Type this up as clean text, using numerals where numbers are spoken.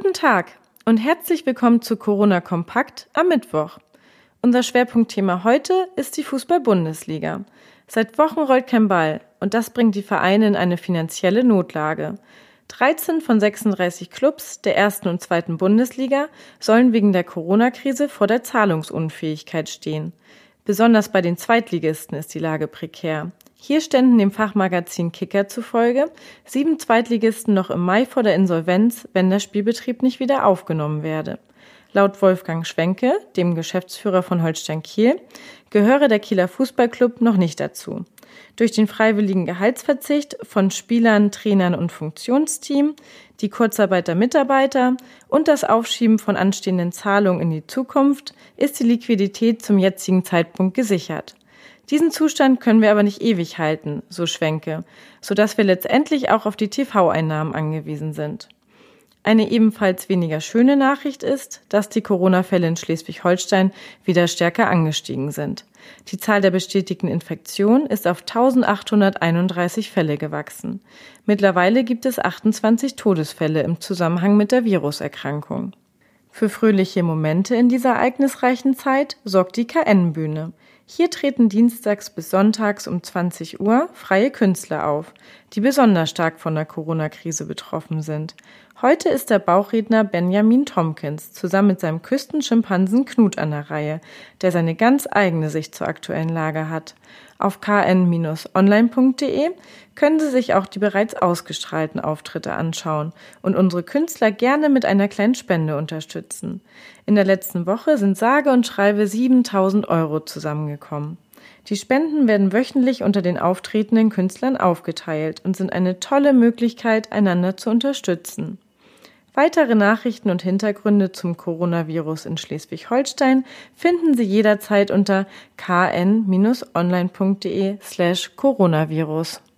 Guten Tag und herzlich willkommen zu Corona Kompakt am Mittwoch. Unser Schwerpunktthema heute ist die Fußball-Bundesliga. Seit Wochen rollt kein Ball und das bringt die Vereine in eine finanzielle Notlage. 13 von 36 Clubs der ersten und zweiten Bundesliga sollen wegen der Corona-Krise vor der Zahlungsunfähigkeit stehen. Besonders bei den Zweitligisten ist die Lage prekär. Hier ständen dem Fachmagazin Kicker zufolge 7 Zweitligisten noch im Mai vor der Insolvenz, wenn der Spielbetrieb nicht wieder aufgenommen werde. Laut Wolfgang Schwenke, dem Geschäftsführer von Holstein Kiel, gehöre der Kieler Fußballclub noch nicht dazu. Durch den freiwilligen Gehaltsverzicht von Spielern, Trainern und Funktionsteam, die Kurzarbeit der Mitarbeiter und das Aufschieben von anstehenden Zahlungen in die Zukunft ist die Liquidität zum jetzigen Zeitpunkt gesichert. Diesen Zustand können wir aber nicht ewig halten, so Schwenke, sodass wir letztendlich auch auf die TV-Einnahmen angewiesen sind. Eine ebenfalls weniger schöne Nachricht ist, dass die Corona-Fälle in Schleswig-Holstein wieder stärker angestiegen sind. Die Zahl der bestätigten Infektionen ist auf 1831 Fälle gewachsen. Mittlerweile gibt es 28 Todesfälle im Zusammenhang mit der Viruserkrankung. Für fröhliche Momente in dieser ereignisreichen Zeit sorgt die KN-Bühne. Hier treten dienstags bis sonntags um 20 Uhr freie Künstler auf, die besonders stark von der Corona-Krise betroffen sind. Heute ist der Bauchredner Benjamin Tomkins zusammen mit seinem Küstenschimpansen Knut an der Reihe, der seine ganz eigene Sicht zur aktuellen Lage hat. Auf kn-online.de können Sie sich auch die bereits ausgestrahlten Auftritte anschauen und unsere Künstler gerne mit einer kleinen Spende unterstützen. In der letzten Woche sind sage und schreibe 7.000 € zusammengekommen. Die Spenden werden wöchentlich unter den auftretenden Künstlern aufgeteilt und sind eine tolle Möglichkeit, einander zu unterstützen. Weitere Nachrichten und Hintergründe zum Coronavirus in Schleswig-Holstein finden Sie jederzeit unter kn-online.de/Coronavirus.